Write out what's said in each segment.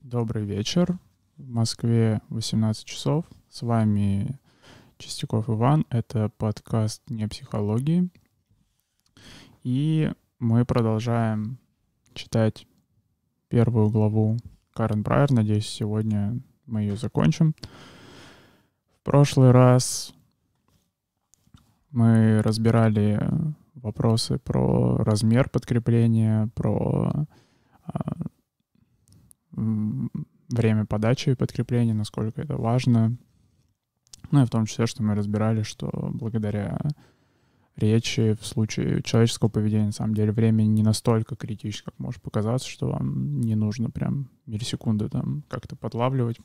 Добрый вечер. В Москве 18 часов. С вами Чистяков Иван. Это подкаст «Не психологии». И мы продолжаем читать первую главу Карен Прайер. Надеюсь, сегодня мы ее закончим. В прошлый раз мы разбирали вопросы про размер подкрепления, про время подачи подкрепления, насколько это важно. Ну и в том числе, что мы разбирали, что благодаря речи в случае человеческого поведения, на самом деле, время не настолько критично, как может показаться, что вам не нужно прям миллисекунды там как-то подлавливать.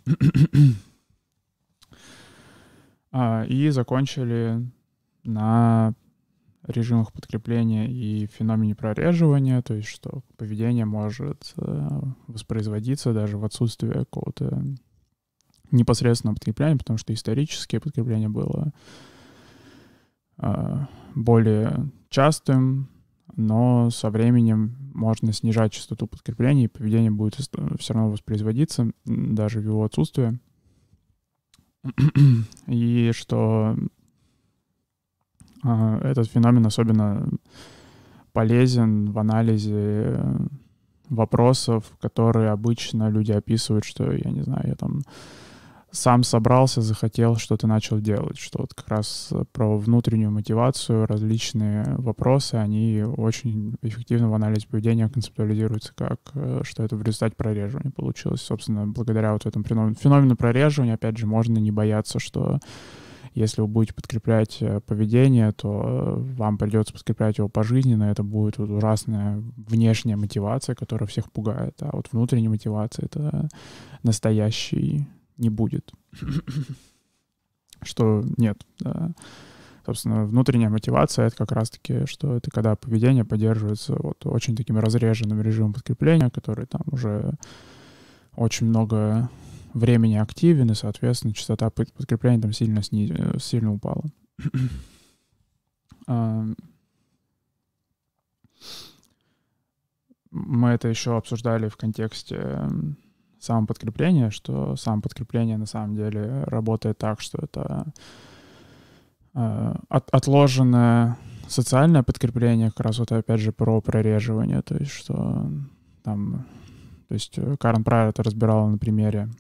И закончили на режимах подкрепления и феномене прореживания, то есть что поведение может воспроизводиться даже в отсутствии какого-то непосредственного подкрепления, потому что историческое подкрепление было более частым, но со временем можно снижать частоту подкрепления, и поведение будет все равно воспроизводиться даже в его отсутствии. И что этот феномен особенно полезен в анализе вопросов, которые обычно люди описывают, что, я не знаю, я там сам собрался, захотел, что-то начал делать. Что вот как раз про внутреннюю мотивацию, различные вопросы, они очень эффективно в анализе поведения концептуализируются как, что это в результате прореживания получилось. Собственно, благодаря вот этому феномену прореживания, опять же, можно не бояться, что если вы будете подкреплять поведение, то вам придется подкреплять его пожизненно. Это будет вот ужасная внешняя мотивация, которая всех пугает. А вот внутренняя мотивация — это настоящий не будет. Что нет. Да. Собственно, внутренняя мотивация — это как раз-таки, что это когда поведение поддерживается вот очень таким разреженным режимом подкрепления, который там уже очень много времени активен, и, соответственно, частота подкрепления там сильно упала. Мы это еще обсуждали в контексте самоподкрепления, что самоподкрепление на самом деле работает так, что это отложенное социальное подкрепление, как раз вот опять же про прореживание, то есть что там, то есть Карен Прайер это разбирала на примере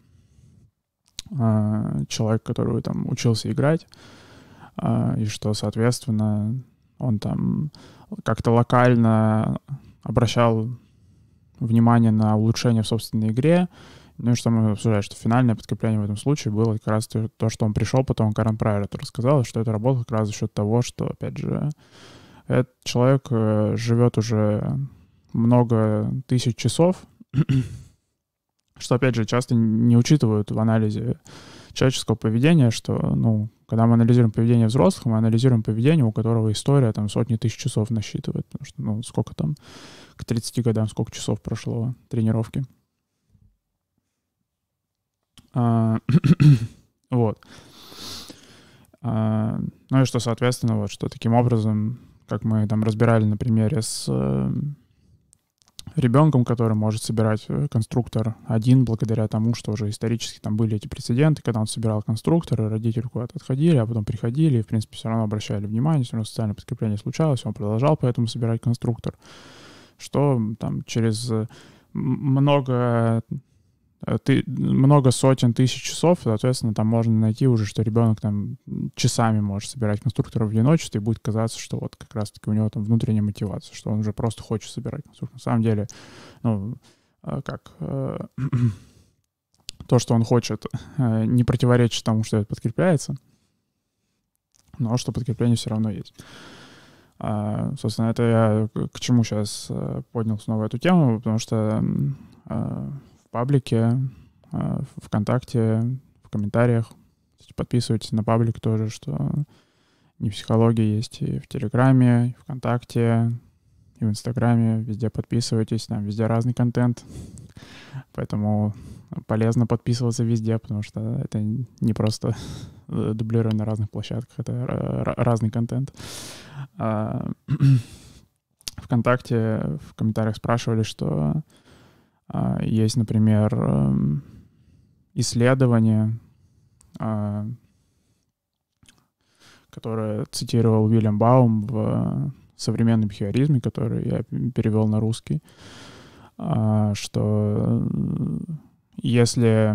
человек, который там учился играть, и что, соответственно, он там как-то локально обращал внимание на улучшение в собственной игре. Ну и что мы обсуждаем, что финальное подкрепление в этом случае было как раз то, что он пришел, потом Карен Прайер это рассказал, что это работало как раз за счет того, что, опять же, этот человек живет уже много тысяч часов, что, опять же, часто не учитывают в анализе человеческого поведения, что, ну, когда мы анализируем поведение взрослых, мы анализируем поведение, у которого история там сотни тысяч часов насчитывает, потому что, ну, сколько там, к 30 годам, сколько часов прошло тренировки. Вот. Ну и что, соответственно, вот, что таким образом, как мы там разбирали на примере с ребенком, который может собирать конструктор один благодаря тому, что уже исторически там были эти прецеденты, когда он собирал конструкторы, родители куда-то отходили, а потом приходили и, в принципе, все равно обращали внимание, все равно социальное подкрепление случалось, он продолжал поэтому собирать конструктор, что там через много сотен тысяч часов, соответственно, там можно найти уже, что ребенок там часами может собирать конструкторы в одиночестве, и будет казаться, что вот как раз-таки у него там внутренняя мотивация, что он уже просто хочет собирать конструктор. На самом деле, ну, то, что он хочет, не противоречит тому, что это подкрепляется, но что подкрепление все равно есть. Собственно, это я к чему сейчас поднял снова эту тему, потому что в паблике, ВКонтакте, в комментариях. Подписывайтесь на паблик тоже, что не психология есть и в Телеграме, и в ВКонтакте, и в Инстаграме. Везде подписывайтесь, там везде разный контент. Поэтому полезно подписываться везде, потому что это не просто дублирование на разных площадках, это разный контент. ВКонтакте в комментариях спрашивали, что Есть, например, исследование, которое цитировал Уильям Баум в «Современном бихевиоризме», который я перевел на русский, что если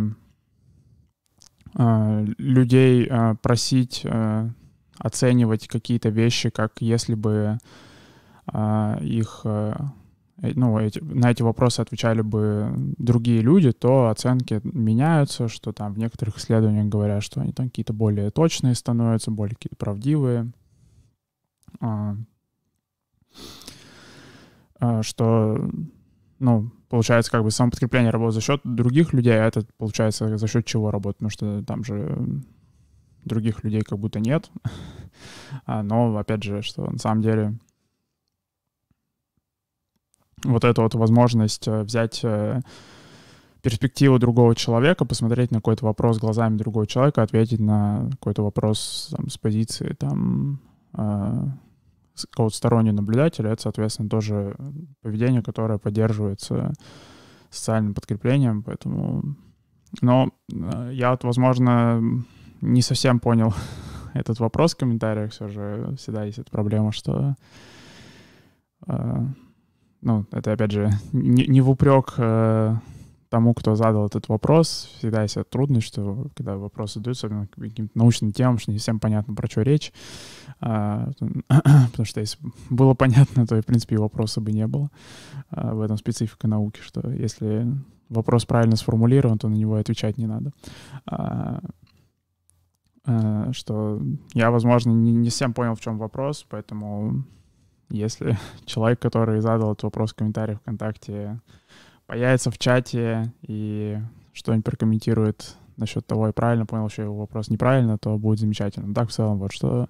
людей просить оценивать какие-то вещи, как если бы их, на эти вопросы отвечали бы другие люди, то оценки меняются, что там в некоторых исследованиях говорят, что они там какие-то более точные становятся, более какие-то правдивые, что, получается, как бы самоподкрепление работает за счет других людей, а это, получается, за счет чего работает, потому что там же других людей как будто нет. Но, опять же, что на самом деле вот эта вот возможность взять перспективу другого человека, посмотреть на какой-то вопрос глазами другого человека, ответить на какой-то вопрос там, с позиции там, какого-то стороннего наблюдателя, это, соответственно, тоже поведение, которое поддерживается социальным подкреплением. Поэтому... Но я вот, возможно, не совсем понял этот вопрос в комментариях. Все же всегда есть эта проблема, что... это, опять же, не в упрек тому, кто задал этот вопрос. Всегда есть эта трудность, что когда вопросы задаются, особенно к каким-то научным темам, что не всем понятно, про что речь. Потому что если было понятно, то, в принципе, и вопроса бы не было. В этом специфика науки, что если вопрос правильно сформулирован, то на него отвечать не надо. Что я, возможно, не совсем понял, в чем вопрос, поэтому... Если человек, который задал этот вопрос в комментариях ВКонтакте, появится в чате и что-нибудь прокомментирует насчет того, и правильно понял, что его вопрос неправильно, то будет замечательно. Так, в целом, вот что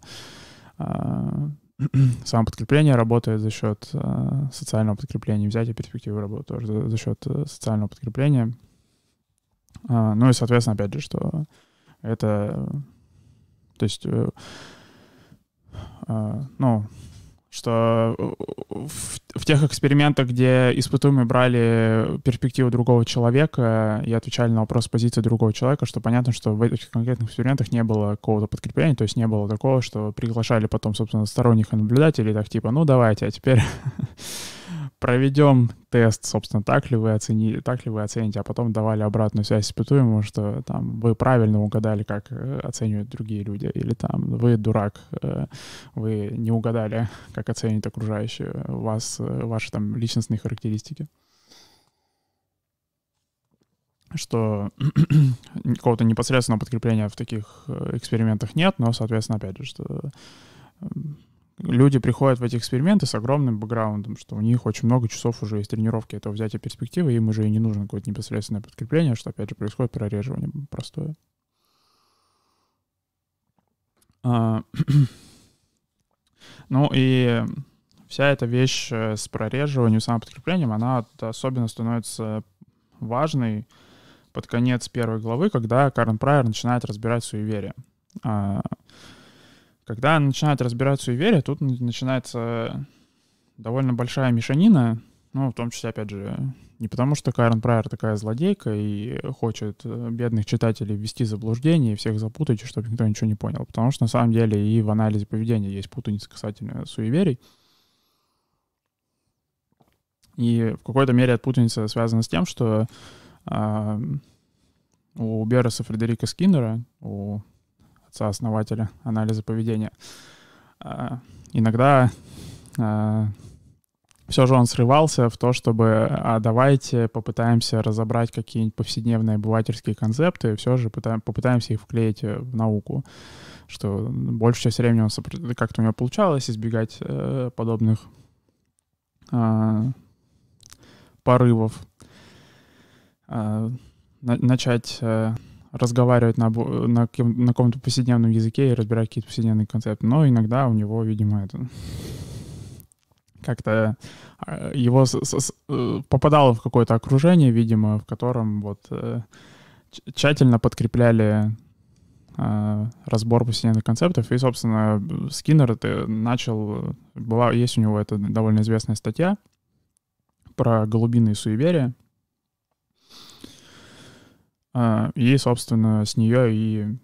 самоподкрепление работает за счет социального подкрепления, взятие перспективы работает тоже за счет социального подкрепления. И, соответственно, опять же, что это... То есть... что в тех экспериментах, где испытуемые брали перспективу другого человека и отвечали на вопрос с позиции другого человека, что понятно, что в этих конкретных экспериментах не было какого-то подкрепления, то есть не было такого, что приглашали потом, собственно, сторонних наблюдателей, так типа, давайте, а теперь проведем тест, собственно, так ли вы оцените, а потом давали обратную связь испытуемому, что там вы правильно угадали, как оценивают другие люди, или там вы дурак, вы не угадали, как оценивают окружающие вас, ваши там личностные характеристики. Что какого-то непосредственного подкрепления в таких экспериментах нет, но, соответственно, опять же, что люди приходят в эти эксперименты с огромным бэкграундом, что у них очень много часов уже есть тренировки этого взятия перспективы, им уже и не нужно какое-то непосредственное подкрепление, что, опять же, происходит прореживание простое. И вся эта вещь с прореживанием, самоподкреплением, она особенно становится важной под конец первой главы, когда Карен Прайер начинает разбирать суеверие. Когда начинают разбирать суеверия, тут начинается довольно большая мешанина, в том числе, опять же, не потому что Карен Прайер такая злодейка и хочет бедных читателей ввести в заблуждение и всех запутать, чтобы никто ничего не понял, потому что на самом деле и в анализе поведения есть путаница касательно суеверий. И в какой-то мере эта путаница связана с тем, что у Берреса Фредерика Скиннера, у отца-основателя анализа поведения, иногда все же он срывался в то, чтобы давайте попытаемся разобрать какие-нибудь повседневные обывательские концепты, и все же попытаемся их вклеить в науку. Что большую часть времени как-то у него получалось избегать подобных порывов. Начать разговаривать на каком-то повседневном языке и разбирать какие-то повседневные концепты. Но иногда у него, видимо, это как-то его попадало в какое-то окружение, видимо, в котором вот тщательно подкрепляли разбор повседневных концептов. И, собственно, Скиннер есть у него эта довольно известная статья про голубиные суеверия, И, собственно, с нее и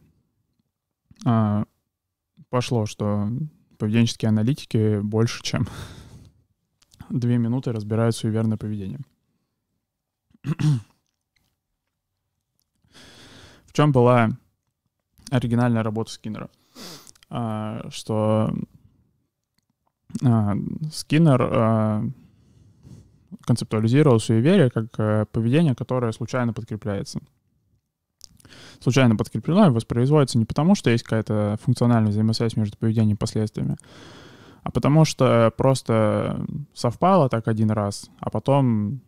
пошло, что поведенческие аналитики больше, чем 2 минуты разбирают суеверное поведение. В чем была оригинальная работа Скиннера? Что Скиннер концептуализировал суеверие как поведение, которое случайно подкрепляется. Случайно подкреплено и воспроизводится не потому, что есть какая-то функциональная взаимосвязь между поведением и последствиями, а потому что просто совпало так один раз, а потом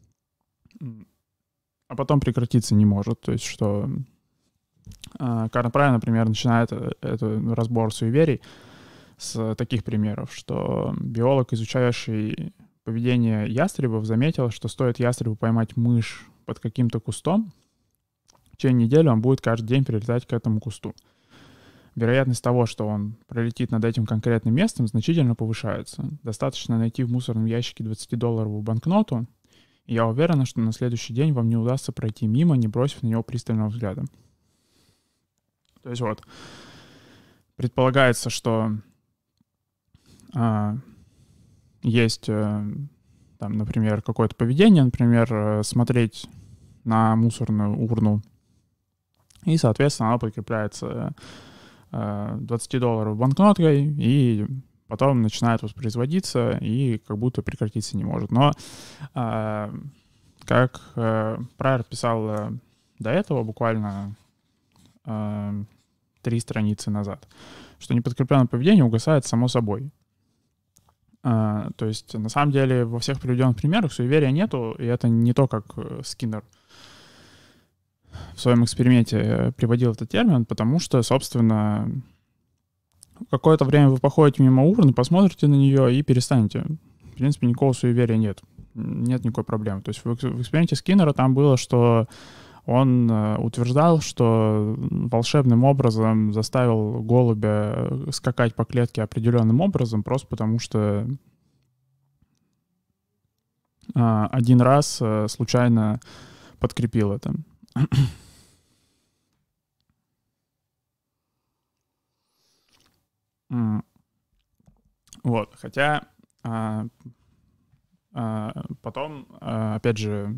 прекратиться не может. То есть, что Карл Прай, например, начинает этот разбор суеверий с таких примеров, что биолог, изучающий поведение ястребов, заметил, что стоит ястребу поймать мышь под каким-то кустом, в течение недели он будет каждый день прилетать к этому кусту. Вероятность того, что он пролетит над этим конкретным местом, значительно повышается. Достаточно найти в мусорном ящике $20 банкноту, и я уверена, что на следующий день вам не удастся пройти мимо, не бросив на него пристального взгляда. То есть вот, предполагается, что есть, там, например, какое-то поведение, например, смотреть на мусорную урну, и, соответственно, она подкрепляется $20 банкноткой, и потом начинает воспроизводиться, и как будто прекратиться не может. Но, как Прайер писал до этого, буквально 3 страницы назад, что неподкрепленное поведение угасает само собой. То есть, на самом деле, во всех приведенных примерах суеверия нету, и это не то, как Скиннер в своем эксперименте приводил этот термин, потому что, собственно, какое-то время вы походите мимо урны, посмотрите на нее и перестанете. В принципе, никакого суеверия нет. Нет никакой проблемы. То есть в эксперименте Скиннера там было, что он утверждал, что волшебным образом заставил голубя скакать по клетке определенным образом, просто потому что один раз случайно подкрепил это. Вот, хотя потом, опять же,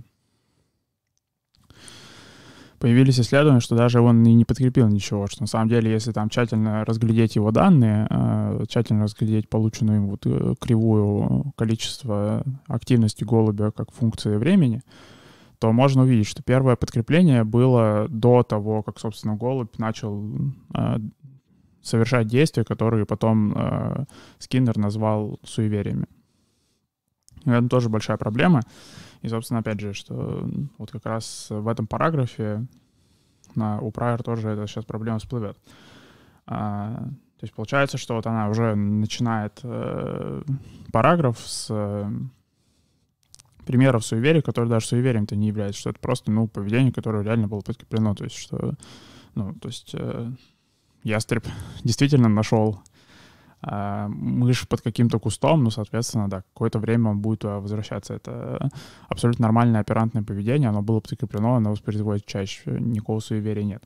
появились исследования, что даже он и не подкрепил ничего, что на самом деле, если там тщательно разглядеть его данные, тщательно разглядеть полученную им вот кривую количество активности голубя как функции времени, то можно увидеть, что первое подкрепление было до того, как, собственно, голубь начал совершать действия, которые потом Скиннер назвал суевериями. Это тоже большая проблема. И, собственно, опять же, что вот как раз в этом параграфе у Прайер тоже эта сейчас проблема всплывет. То есть получается, что вот она уже начинает параграф с примеров суеверий, которые даже суеверием-то не являются, что это просто, поведение, которое реально было подкреплено. То есть, что, ястреб действительно нашел мышь под каким-то кустом, соответственно, да, какое-то время он будет возвращаться. Это абсолютно нормальное оперантное поведение, оно было подкреплено, оно воспроизводится чаще, никакого суеверия нет.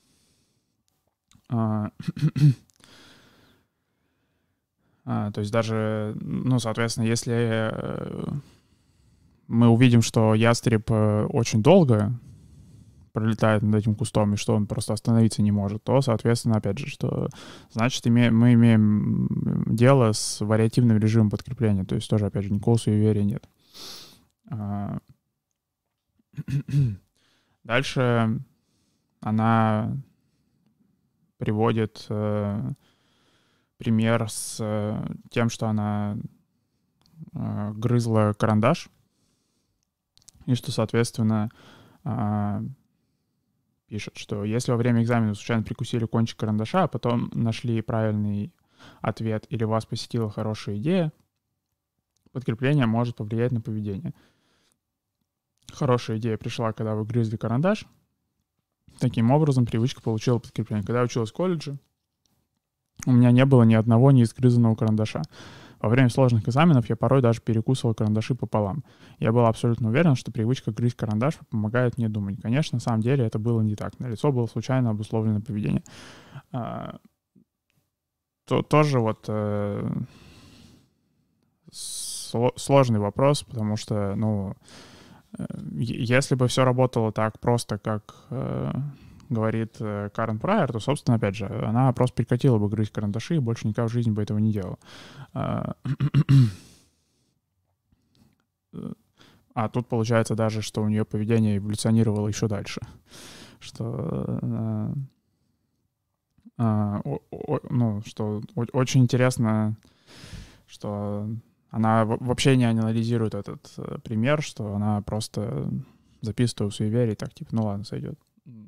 То есть даже, соответственно, если мы увидим, что ястреб очень долго пролетает над этим кустом, и что он просто остановиться не может, то, соответственно, опять же, что значит мы имеем дело с вариативным режимом подкрепления, то есть тоже, опять же, никакого суеверия нет. Дальше она приводит пример с тем, что она грызла карандаш, и что, соответственно, пишет, что если во время экзамена случайно прикусили кончик карандаша, а потом нашли правильный ответ или вас посетила хорошая идея, подкрепление может повлиять на поведение. Хорошая идея пришла, когда вы грызли карандаш. Таким образом, привычка получила подкрепление. Когда я училась в колледже, у меня не было ни одного неизгрызанного карандаша. Во время сложных экзаменов я порой даже перекусывал карандаши пополам. Я был абсолютно уверен, что привычка грызть карандаш помогает мне думать. Конечно, на самом деле это было не так. Налицо было случайно обусловленное поведение. Тоже вот сложный вопрос, потому что, ну, если бы все работало так просто, как говорит Карен Прайер, то, собственно, опять же, она просто прекратила бы грызть карандаши и больше никогда в жизни бы этого не делала. А тут получается даже, что у нее поведение эволюционировало еще дальше. Что, что очень интересно, что она вообще не анализирует этот пример, что она просто записывает в суеверие и так, типа, ну ладно, сойдет.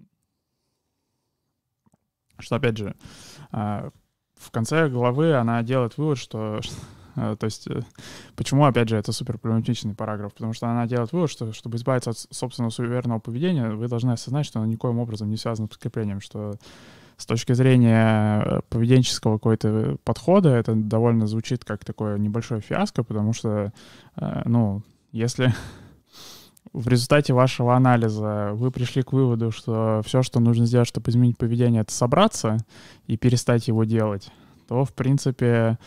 Что, опять же, в конце главы она делает вывод, что... То есть, почему, опять же, это супер проблематичный параграф? Потому что она делает вывод, что, чтобы избавиться от собственного суеверного поведения, вы должны осознать, что оно никоим образом не связано с подкреплением, что с точки зрения поведенческого какого-то подхода это довольно звучит как такое небольшое фиаско, потому что, ну, если в результате вашего анализа вы пришли к выводу, что все, что нужно сделать, чтобы изменить поведение, это собраться и перестать его делать, то, в принципе,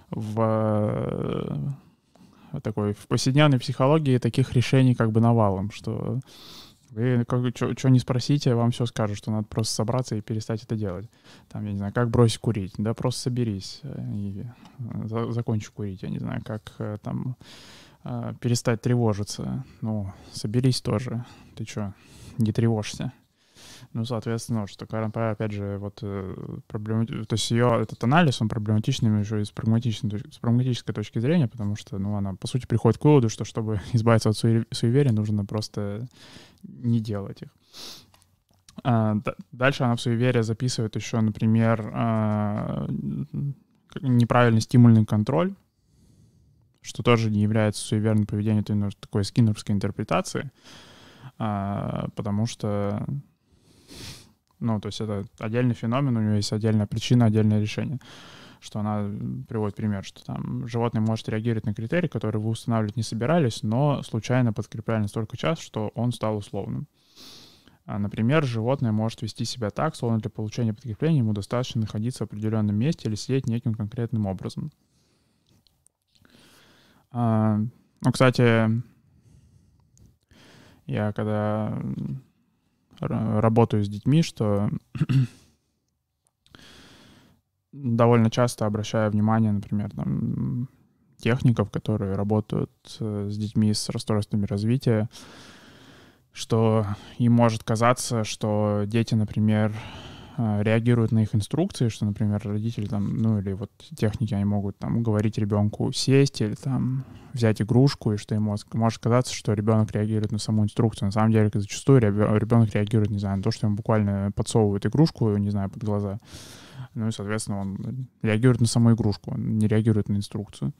в повседневной психологии таких решений как бы навалом, что вы что не спросите, вам все скажут, что надо просто собраться и перестать это делать. Там, я не знаю, как бросить курить, да, просто соберись и закончи курить, я не знаю, как там перестать тревожиться. Ну, соберись тоже. Ты что, не тревожься? Ну, соответственно, что Карен Прайер, опять же, вот то есть ее этот анализ, он проблематичный еще и с прагматической точки зрения, потому что, ну, она, по сути, приходит к выводу, что чтобы избавиться от суеверия, нужно просто не делать их. Дальше она в суеверие записывает еще, например, неправильный стимульный контроль, что тоже не является суеверным поведением, это такой скиннеровской интерпретации, потому что, ну, то есть это отдельный феномен, у него есть отдельная причина, отдельное решение. Что она приводит пример, что там животное может реагировать на критерий, который вы устанавливать не собирались, но случайно подкрепляли настолько часто, что он стал условным. Например, животное может вести себя так, словно для получения подкрепления ему достаточно находиться в определенном месте или сидеть неким конкретным образом. Ну, кстати, я когда работаю с детьми, что довольно часто обращаю внимание, например, там, техников, которые работают с детьми с расстройствами развития, что им может казаться, что дети, например, реагируют на их инструкции, что, например, родители там, ну или вот техники, они могут там говорить ребенку сесть или там взять игрушку, и что ему может казаться, что ребенок реагирует на саму инструкцию. На самом деле, зачастую ребенок реагирует, не знаю, на то, что ему буквально подсовывают игрушку, не знаю, под глаза. Ну и, соответственно, он реагирует на саму игрушку, он не реагирует на инструкцию.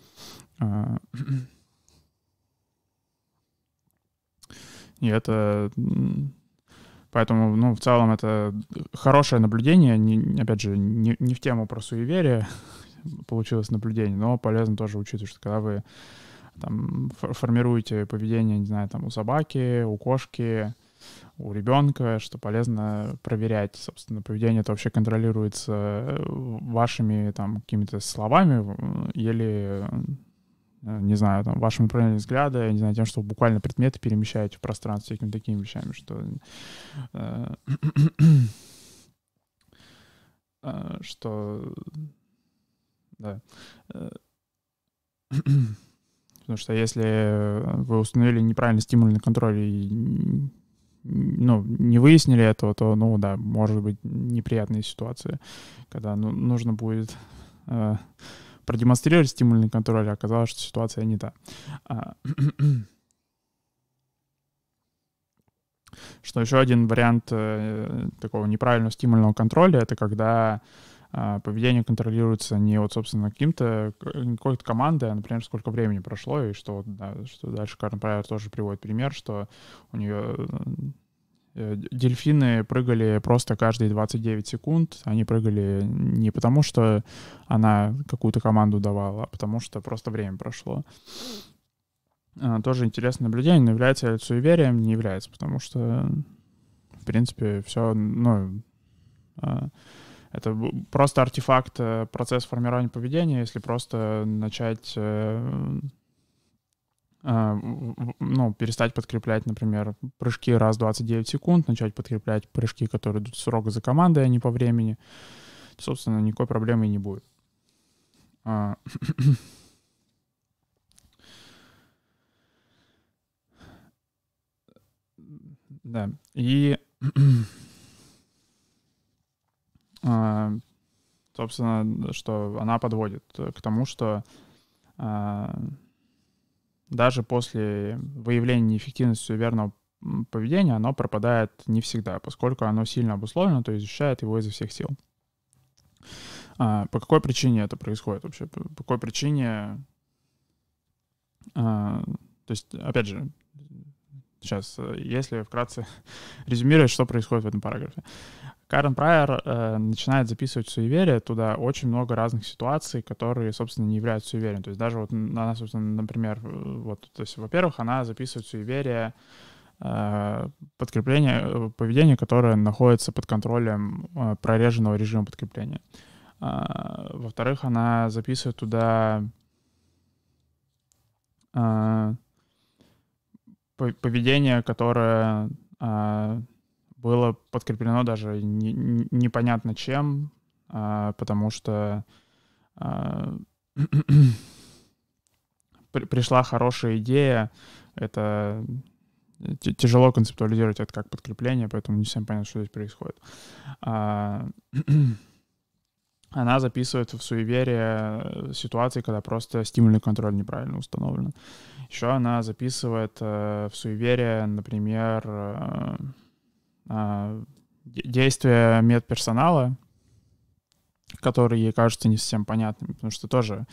И это... Поэтому, ну, в целом это хорошее наблюдение. Опять же, не в тему про суеверие получилось наблюдение, но полезно тоже учитывать, что когда вы там формируете поведение, не знаю, там у собаки, у кошки, у ребенка, что полезно проверять, собственно, поведение это вообще контролируется вашими там какими-то словами или, не знаю, там, вашим направлением взгляда, не знаю, тем, что вы буквально предметы перемещаете в пространстве, всякими такими вещами, что да. Потому что если вы установили неправильный стимульный контроль и, ну, не выяснили этого, то, ну, да, может быть неприятные ситуации, когда нужно будет продемонстрировать стимульный контроль, а оказалось, что ситуация не та. Что еще один вариант такого неправильного стимульного контроля — это когда поведение контролируется не вот, собственно, какой-то командой, а, например, сколько времени прошло, и что, да, что дальше Карен Прайер тоже приводит пример, что у нее Дельфины прыгали просто каждые 29 секунд. Они прыгали не потому, что она какую-то команду давала, а потому что просто время прошло. Тоже интересное наблюдение, но является ли это суеверием? Не является, потому что, в принципе, все, это просто артефакт процесса формирования поведения. Если просто начать, перестать подкреплять, например, прыжки раз в 29 секунд, начать подкреплять прыжки, которые идут строго за командой, а не по времени, то, собственно, никакой проблемы и не будет. Да, и, собственно, что она подводит к тому, что даже после выявления неэффективности суеверного поведения оно пропадает не всегда, поскольку оно сильно обусловлено, то есть защищает его изо всех сил. По какой причине это происходит вообще? По какой причине... То есть, опять же, сейчас, если вкратце резюмировать, что происходит в этом параграфе. Карен Прайер начинает записывать суеверие, туда очень много разных ситуаций, которые, собственно, не являются суеверием. То есть даже вот она, собственно, например, вот, то есть, во-первых, она записывает суеверие, подкрепление, поведение, которое находится под контролем прореженного режима подкрепления. Во-вторых, она записывает туда поведение, которое было подкреплено даже непонятно чем, потому что пришла хорошая идея, это тяжело концептуализировать это как подкрепление, поэтому не совсем понятно, что здесь происходит. Она записывает в суеверие ситуации, когда просто стимульный контроль неправильно установлен. Еще она записывает в суеверие, например, действия медперсонала, которые ей кажутся не совсем понятными, потому что тоже,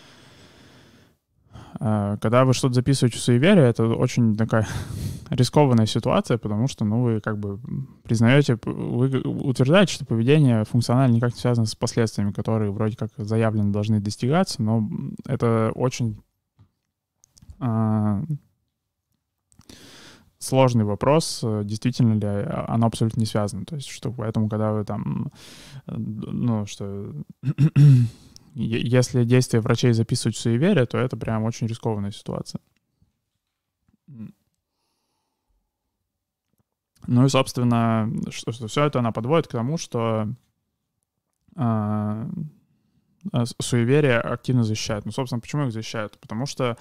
когда вы что-то записываете в суеверие, это очень такая рискованная ситуация, потому что, вы как бы признаете, вы утверждаете, что поведение функционально никак не связано с последствиями, которые вроде как заявленно должны достигаться, но это очень сложный вопрос, действительно ли оно абсолютно не связано. То есть, что поэтому, когда вы там, что если действия врачей записывать в суеверие, то это прям очень рискованная ситуация. Ну и, собственно, что все это она подводит к тому, что суеверие активно защищают. Собственно, почему их защищают? Потому что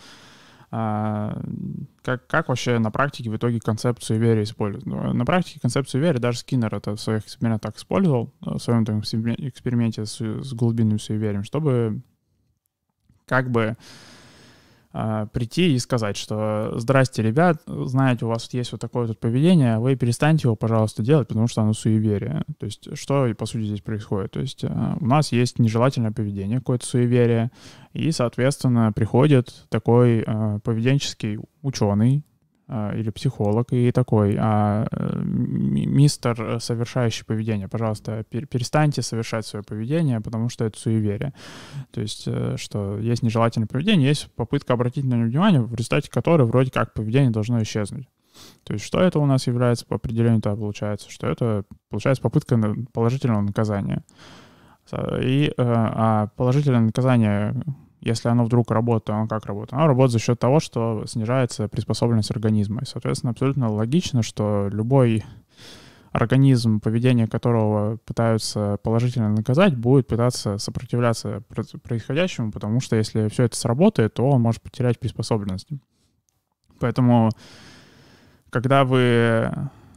как вообще на практике в итоге концепт суеверия используют? На практике концепт суеверия даже Скиннер это в своих экспериментах использовал, в своем эксперименте с глубинным суеверием, чтобы как бы прийти и сказать, что «Здрасте, ребят, знаете, у вас есть вот такое вот поведение, вы перестаньте его, пожалуйста, делать, потому что оно суеверие». То есть что, по сути, здесь происходит? То есть у нас есть нежелательное поведение, какое-то суеверие, и, соответственно, приходит такой поведенческий ученый или психолог и такой: мистер, совершающий поведение, пожалуйста, перестаньте совершать свое поведение, потому что это суеверие. То есть, что есть нежелательное поведение, есть попытка обратить на него внимание, в результате которой вроде как поведение должно исчезнуть. То есть, что это у нас является по определению-то получается? Что это, получается, попытка положительного наказания. И положительное наказание, если оно вдруг работает, оно как работает? Оно работает за счет того, что снижается приспособленность организма. И, соответственно, абсолютно логично, что любой организм, поведение которого пытаются положительно наказать, будет пытаться сопротивляться происходящему, потому что если все это сработает, то он может потерять приспособленность. Поэтому, когда вы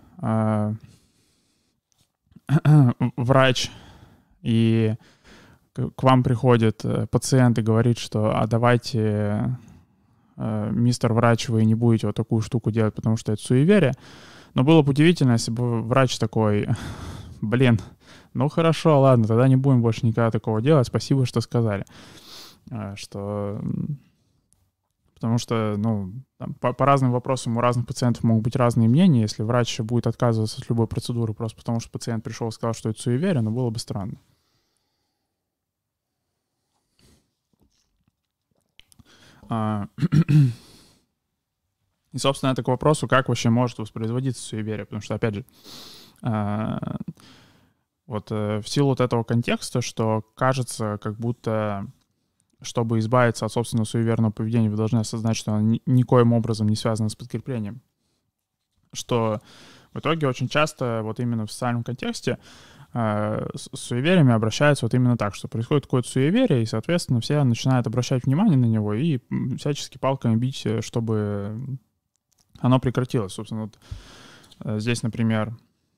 врач, и к вам приходит пациент и говорит, что давайте, мистер врач, вы не будете вот такую штуку делать, потому что это суеверие. Но было бы удивительно, если бы врач такой: блин, ну хорошо, ладно, тогда не будем больше никогда такого делать, спасибо, что сказали. Потому Потому что, ну, там, по разным вопросам у разных пациентов могут быть разные мнения. Если врач будет отказываться от любой процедуры просто потому, что пациент пришел и сказал, что это суеверие, ну, было бы странно. И, собственно, это к вопросу, как вообще может воспроизводиться суеверие. Потому что, опять же, вот в силу вот этого контекста, что кажется, как будто, чтобы избавиться от собственного суеверного поведения, вы должны осознать, что оно никоим образом не связано с подкреплением. Что в итоге очень часто вот именно в социальном контексте с суевериями обращаются вот именно так, что происходит какое-то суеверие, и, соответственно, все начинают обращать внимание на него и всячески палками бить, чтобы оно прекратилось. Собственно, вот здесь, например,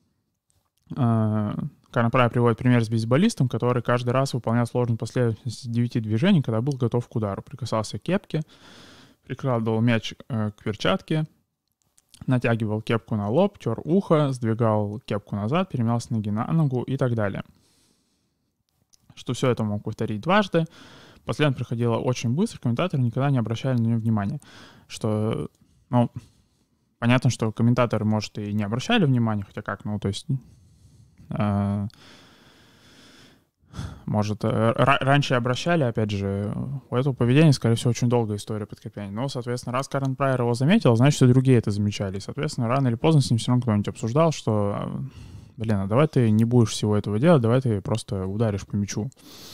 Карен Прайер приводит пример с бейсболистом, который каждый раз выполнял сложную последовательность 9 движений, когда был готов к удару. Прикасался к кепке, прикладывал мяч к перчатке, натягивал кепку на лоб, тер ухо, сдвигал кепку назад, переминался с ноги на ногу и так далее. Что все это мог повторить дважды. Последовательность проходила очень быстро, комментаторы никогда не обращали на нее внимания. Что, ну, понятно, что комментаторы, может, и не обращали внимания, хотя как, ну, то есть... Может, раньше обращали, опять же, у этого поведения, скорее всего, очень долгая история подкрепления. Но, соответственно, раз Карен Прайер его заметил, значит, и другие это замечали. И, соответственно, рано или поздно с ним все равно кто-нибудь обсуждал, что, блин, а давай ты не будешь всего этого делать, давай ты просто ударишь по мячу.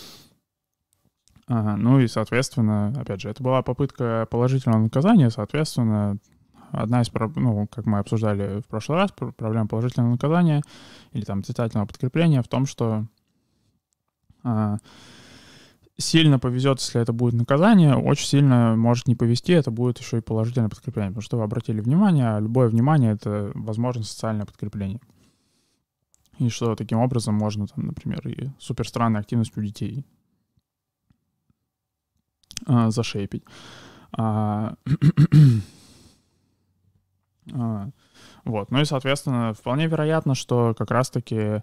Ну и, соответственно, опять же, это была попытка положительного наказания, соответственно, одна из, ну, как мы обсуждали в прошлый раз, проблема положительного наказания или там отрицательного подкрепления в том, что сильно повезет, если это будет наказание, очень сильно может не повезти, это будет еще и положительное подкрепление, потому что вы обратили внимание, а любое внимание — это, возможно, социальное подкрепление. И что таким образом можно, там, например, и суперстранная активность у детей зашейпить. Вот. Ну и, соответственно, вполне вероятно, что как раз-таки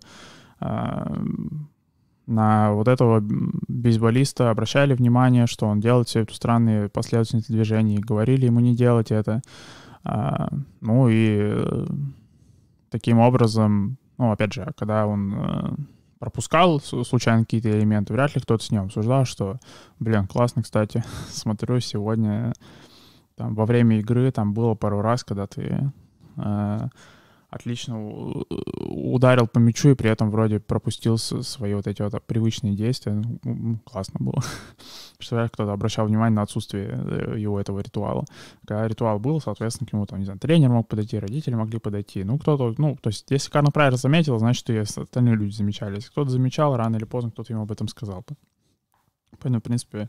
на вот этого бейсболиста обращали внимание, что он делает все эти странные последовательности движений, говорили ему не делать это. Ну и таким образом, ну, опять же, когда он пропускал случайно какие-то элементы, вряд ли кто-то с ним обсуждал, что, блин, классно, кстати, смотрю, сегодня там, во время игры там было пару раз, когда ты отлично ударил по мячу и при этом вроде пропустил свои вот эти вот привычные действия. Классно было. Представляешь, кто-то обращал внимание на отсутствие его этого ритуала. Когда ритуал был, соответственно, к нему там, не знаю, тренер мог подойти, родители могли подойти. Ну, кто-то, ну, то есть, если Карен Прайер заметил, значит, и остальные люди замечали. Если кто-то замечал, рано или поздно кто-то ему об этом сказал. Поэтому, в принципе,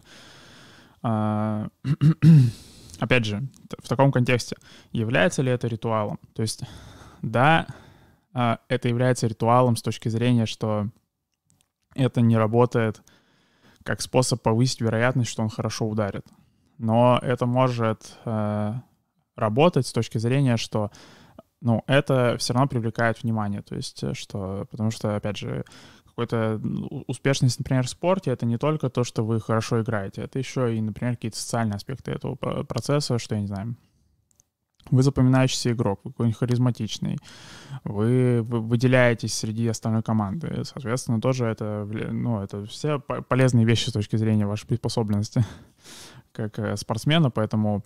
опять же, в таком контексте, является ли это ритуалом? То есть, да, это является ритуалом с точки зрения, что это не работает как способ повысить вероятность, что он хорошо ударит. Но это может работать с точки зрения, что, ну, это все равно привлекает внимание. То есть, что, потому что, опять же, какой-то успешность, например, в спорте — это не только то, что вы хорошо играете, это еще и, например, какие-то социальные аспекты этого процесса, что, я не знаю, вы запоминающийся игрок, вы какой-нибудь харизматичный, вы выделяетесь среди остальной команды. Соответственно, тоже это, ну, это все полезные вещи с точки зрения вашей приспособленности как спортсмена, поэтому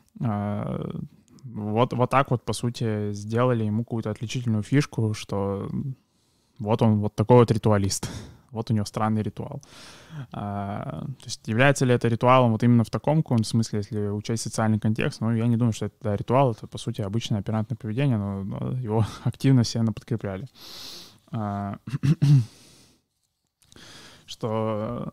вот так вот, по сути, сделали ему какую-то отличительную фишку, что вот он вот такой вот ритуалист. Вот у него странный ритуал. То есть является ли это ритуалом вот именно в таком смысле, если учесть социальный контекст? Ну, я не думаю, что это ритуал. Это, по сути, обычное оперантное поведение, но его активно сильно подкрепляли. Что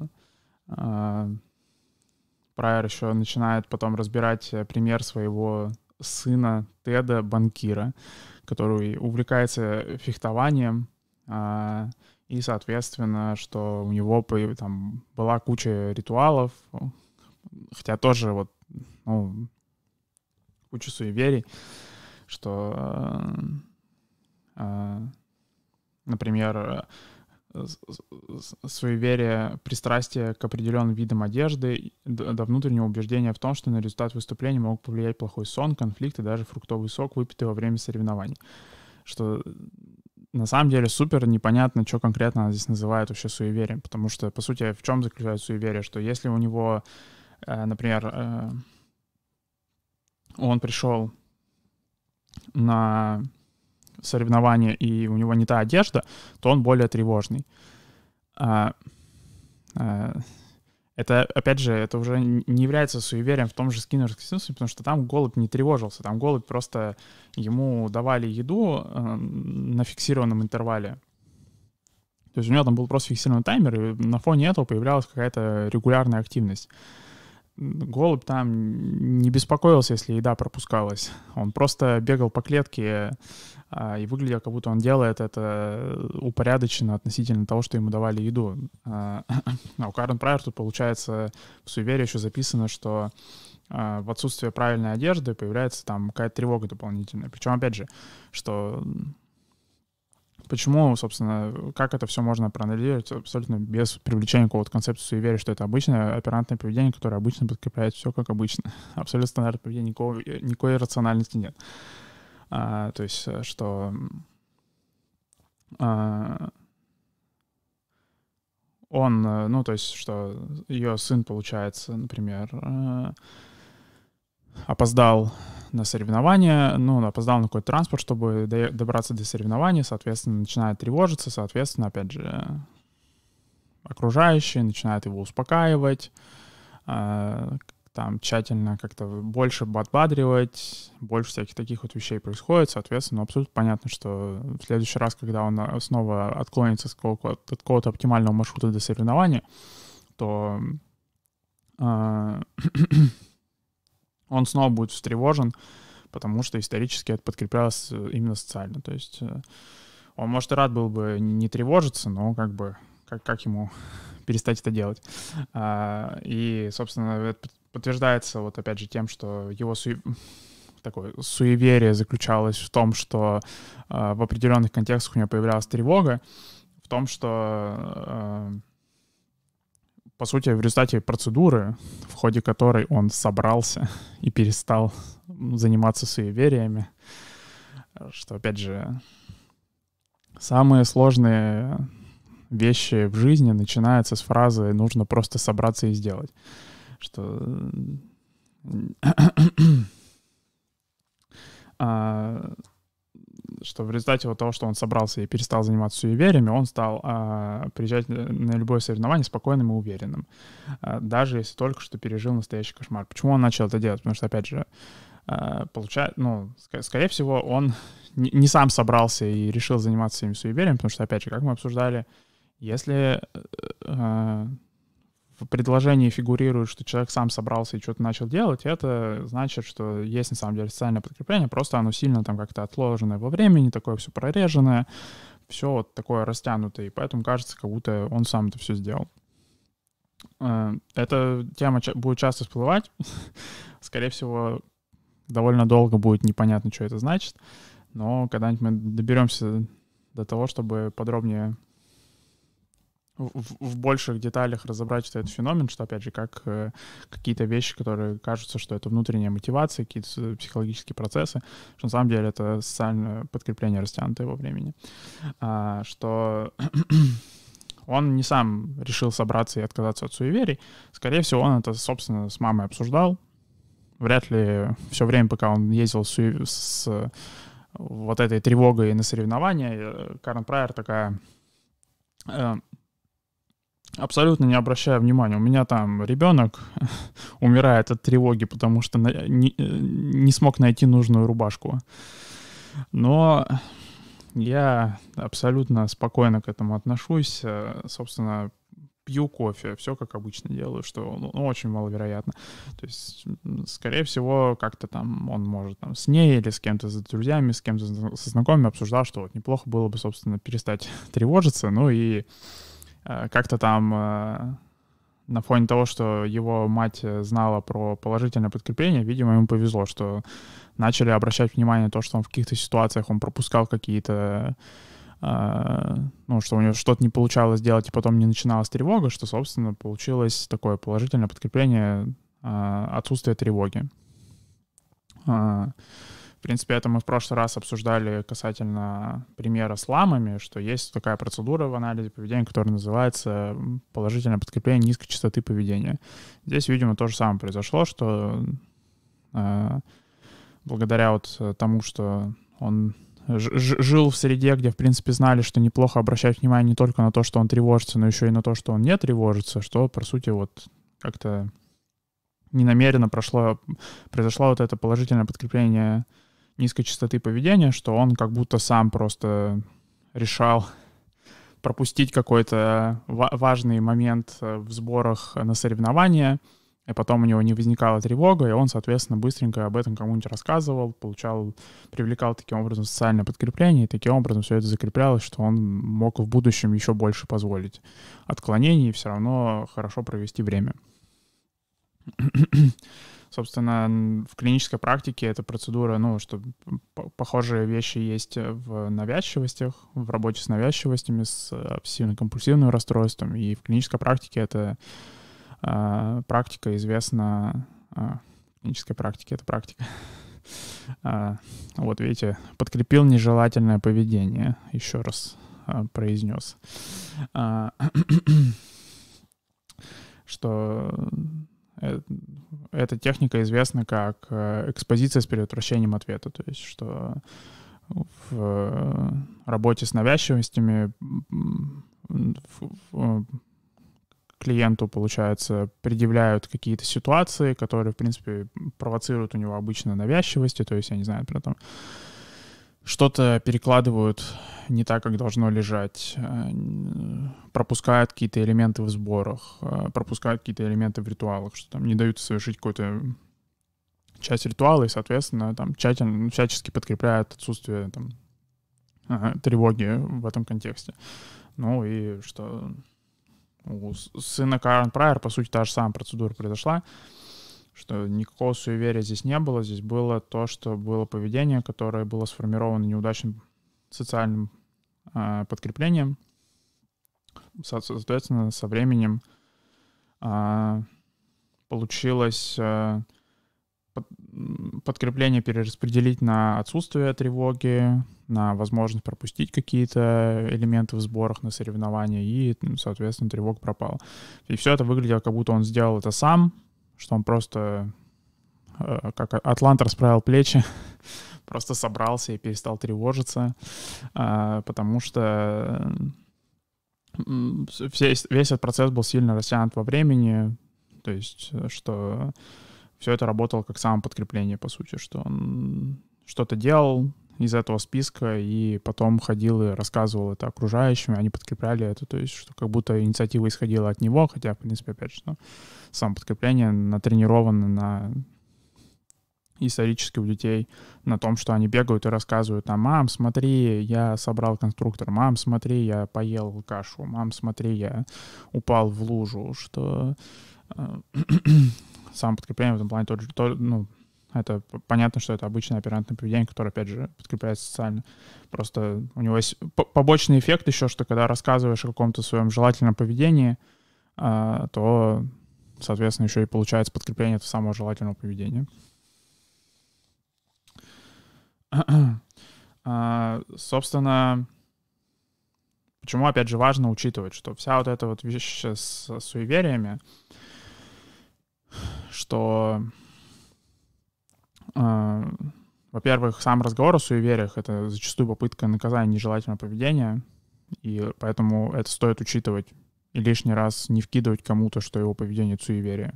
Прайер еще начинает потом разбирать пример своего сына Теда, банкира, который увлекается фехтованием, и, соответственно, что у него там была куча ритуалов, хотя тоже вот, ну, куча суеверий, что, например, суеверие, пристрастие к определенным видам одежды до внутреннего убеждения в том, что на результат выступления могут повлиять плохой сон, конфликт и даже фруктовый сок, выпитый во время соревнований. Что на самом деле супер непонятно, что конкретно она здесь называет вообще суеверием, потому что, по сути, в чем заключается суеверие, что если у него, например, он пришел на соревнования и у него не та одежда, то он более тревожный. Это, опять же, это уже не является суеверием в том же скиннеровском смысле, потому что там голубь не тревожился, там голубь просто ему давали еду на фиксированном интервале. То есть у него там был просто фиксированный таймер, и на фоне этого появлялась какая-то регулярная активность. Голубь там не беспокоился, если еда пропускалась. Он просто бегал по клетке и выглядел, как будто он делает это упорядоченно относительно того, что ему давали еду. А у Карен Прайер тут, получается, в суеверии еще записано, что в отсутствие правильной одежды появляется там какая-то тревога дополнительная. Причем, опять же, что... Почему, собственно, как это все можно проанализировать абсолютно без привлечения какого-то концепта суеверия, что это обычное оперантное поведение, которое обычно подкрепляет все как обычно. Абсолютно стандартное поведение, никакой рациональности нет. То есть, что он, ну, то есть, что ее сын, получается, например, опоздал на соревнования, ну, опоздал на какой-то транспорт, чтобы добраться до соревнований, соответственно, начинает тревожиться, соответственно, опять же, окружающие начинают его успокаивать, там тщательно как-то больше подбадривать, больше всяких таких вот вещей происходит, соответственно, абсолютно понятно, что в следующий раз, когда он снова отклонится от какого-то оптимального маршрута до соревнования, то он снова будет встревожен, потому что исторически это подкреплялось именно социально. То есть он, может, и рад был бы не тревожиться, но как бы как ему перестать это делать. И, собственно, это подтверждается вот опять же тем, что его такое суеверие заключалось в том, что в определенных контекстах у него появлялась тревога, в том, что... по сути, в результате процедуры, в ходе которой он собрался и перестал заниматься суевериями, что, опять же, самые сложные вещи в жизни начинаются с фразы «нужно просто собраться и сделать». Что... что в результате вот того, что он собрался и перестал заниматься суевериями, он стал приезжать на любое соревнование спокойным и уверенным, даже если только что пережил настоящий кошмар. Почему он начал это делать? Потому что, опять же, скорее всего, он не сам собрался и решил заниматься своими суевериями, потому что, опять же, как мы обсуждали, если в предложении фигурирует, что человек сам собрался и что-то начал делать, это значит, что есть на самом деле социальное подкрепление, просто оно сильно там как-то отложенное во времени, такое все прореженное, все вот такое растянутое, и поэтому кажется, как будто он сам это все сделал. Эта тема будет часто всплывать, скорее всего, довольно долго будет непонятно, что это значит, но когда-нибудь мы доберемся до того, чтобы подробнее в больших деталях разобрать этот феномен, что, опять же, как какие-то вещи, которые кажутся, что это внутренняя мотивация, какие-то психологические процессы, что на самом деле это социальное подкрепление, растянутое во времени. Что он не сам решил собраться и отказаться от суеверий. Скорее всего, он это, собственно, с мамой обсуждал. Вряд ли все время, пока он ездил с вот этой тревогой на соревнования, Карен Прайер такая... абсолютно не обращая внимания. У меня там ребенок умирает от тревоги, потому что не смог найти нужную рубашку. Но я абсолютно спокойно к этому отношусь. Собственно, пью кофе, все как обычно делаю, что очень маловероятно. То есть, скорее всего, как-то там он может там с ней или с кем-то, с друзьями, с кем-то, со знакомыми обсуждал, что вот неплохо было бы, собственно, перестать тревожиться, ну и как-то там на фоне того, что его мать знала про положительное подкрепление, видимо, ему повезло, что начали обращать внимание на то, что он в каких-то ситуациях он пропускал какие-то ну, что у него что-то не получалось делать, и потом не начиналась тревога, что, собственно, получилось такое положительное подкрепление отсутствия тревоги. В принципе, это мы в прошлый раз обсуждали касательно примера с ламами, что есть такая процедура в анализе поведения, которая называется положительное подкрепление низкой частоты поведения. Здесь, видимо, то же самое произошло, что благодаря вот тому, что он жил в среде, где, в принципе, знали, что неплохо обращать внимание не только на то, что он тревожится, но еще и на то, что он не тревожится, что, по сути, вот как-то ненамеренно произошло вот это положительное подкрепление низкой частоты поведения, что он как будто сам просто решал пропустить какой-то важный момент в сборах на соревнования, и потом у него не возникала тревога, и он, соответственно, быстренько об этом кому-нибудь рассказывал, привлекал таким образом социальное подкрепление, и таким образом все это закреплялось, что он мог в будущем еще больше позволить отклонений и все равно хорошо провести время. Собственно, в клинической практике эта процедура, ну, что похожие вещи есть в навязчивостях, в работе с навязчивостями, с обсессивно-компульсивным расстройством, и в клинической практике это практика известна, клинической практике это практика. Вот видите, подкрепил нежелательное поведение, еще раз произнес, что эта техника известна как экспозиция с предотвращением ответа, то есть что в работе с навязчивостями клиенту, получается, предъявляют какие-то ситуации, которые, в принципе, провоцируют у него обычно навязчивости, то есть, я не знаю, например, там что-то перекладывают не так, как должно лежать, пропускают какие-то элементы в сборах, пропускают какие-то элементы в ритуалах, что там не дают совершить какую-то часть ритуала, и, соответственно, там тщательно, всячески подкрепляют отсутствие там тревоги в этом контексте. Ну и что у сына Карен Прайер, по сути, та же самая процедура произошла, что никакого суеверия здесь не было. Здесь было то, что было поведение, которое было сформировано неудачным социальным подкреплением. Соответственно, со временем получилось подкрепление перераспределить на отсутствие тревоги, на возможность пропустить какие-то элементы в сборах на соревнования, и, соответственно, тревога пропала. И все это выглядело, как будто он сделал это сам, что он просто, как атлант, расправил плечи, просто собрался и перестал тревожиться, потому что весь этот процесс был сильно растянут во времени, то есть что все это работало как самоподкрепление, по сути, что он что-то делал из этого списка и потом ходил и рассказывал это окружающим, и они подкрепляли это, то есть что как будто инициатива исходила от него, хотя, в принципе, опять же, самоподкрепление натренировано на исторически у детей на том, что они бегают и рассказывают: мам, смотри, я собрал конструктор, мам, смотри, я поел кашу, мам, смотри, я упал в лужу, что самоподкрепление в этом плане это понятно, что это обычное оперантное поведение, которое, опять же, подкрепляется социально. Просто у него есть побочный эффект еще, что когда рассказываешь о каком-то своем желательном поведении, то, соответственно, еще и получается подкрепление этого самого желательного поведения. Собственно, почему, опять же, важно учитывать, что вся вот эта вот вещь с суевериями, что, во-первых, сам разговор о суевериях — это зачастую попытка наказания нежелательного поведения, и поэтому это стоит учитывать и лишний раз не вкидывать кому-то, что его поведение — это суеверие.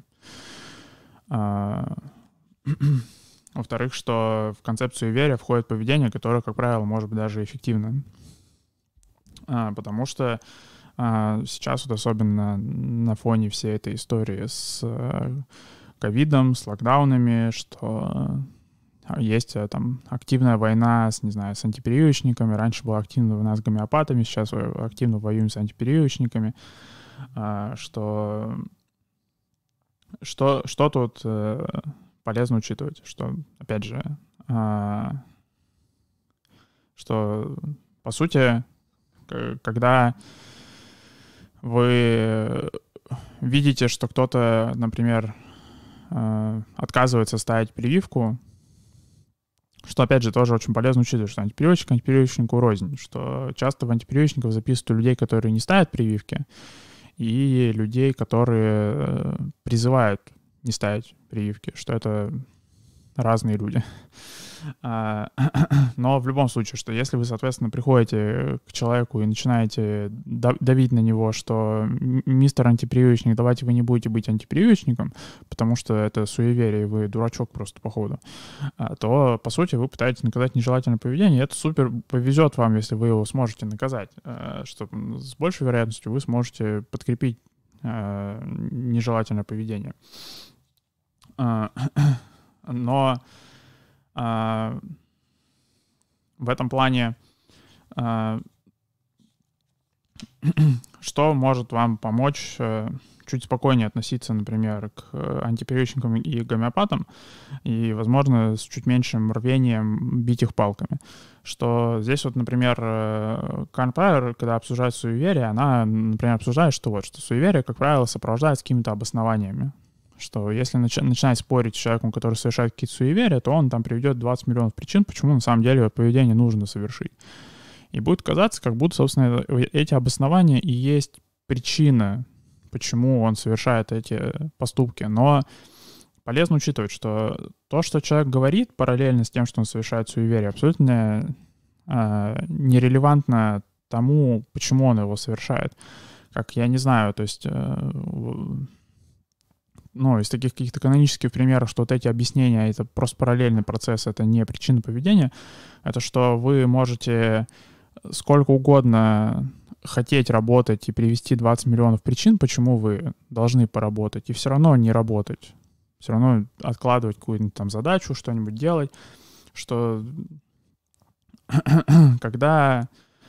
Во-вторых, что в концепцию суеверия входит поведение, которое, как правило, может быть даже эффективным. Потому что сейчас, вот особенно на фоне всей этой истории с ковидом, с локдаунами, что есть там активная война с, не знаю, с антипрививочниками. Раньше была активная война с гомеопатами, сейчас активно воюем с антипрививочниками. Что тут полезно учитывать, что, опять же, что, по сути, когда вы видите, что кто-то, например, отказывается ставить прививку, что, опять же, тоже очень полезно учитывать, что антипрививочник антипрививочнику рознь, что часто в антипрививочников записывают людей, которые не ставят прививки, и людей, которые призывают не ставить прививки, что это разные люди. Но в любом случае, что если вы, соответственно, приходите к человеку и начинаете давить на него, что мистер антипрививочник, давайте вы не будете быть антипрививочником, потому что это суеверие, вы дурачок просто, походу, то, по сути, вы пытаетесь наказать нежелательное поведение, и это супер повезет вам, если вы его сможете наказать, что с большей вероятностью вы сможете подкрепить нежелательное поведение. Но в этом плане что может вам помочь чуть спокойнее относиться, например, к антипрививочникам и гомеопатам, и, возможно, с чуть меньшим рвением бить их палками. Что здесь вот, например, Карен Прайер, когда обсуждает суеверие, она, например, обсуждает, что суеверие, как правило, сопровождается какими-то обоснованиями. Что если начинать спорить с человеком, который совершает какие-то суеверия, то он там приведет 20 миллионов причин, почему на самом деле поведение нужно совершить. И будет казаться, как будто, собственно, эти обоснования и есть причина, почему он совершает эти поступки. Но полезно учитывать, что то, что человек говорит параллельно с тем, что он совершает суеверие, абсолютно нерелевантно тому, почему он его совершает. Как, я не знаю, то есть... из таких каких-то канонических примеров, что вот эти объяснения — это просто параллельный процесс, это не причина поведения, это что вы можете сколько угодно хотеть работать и привести 20 миллионов причин, почему вы должны поработать, и все равно не работать, все равно откладывать какую-нибудь там задачу, что-нибудь делать, что когда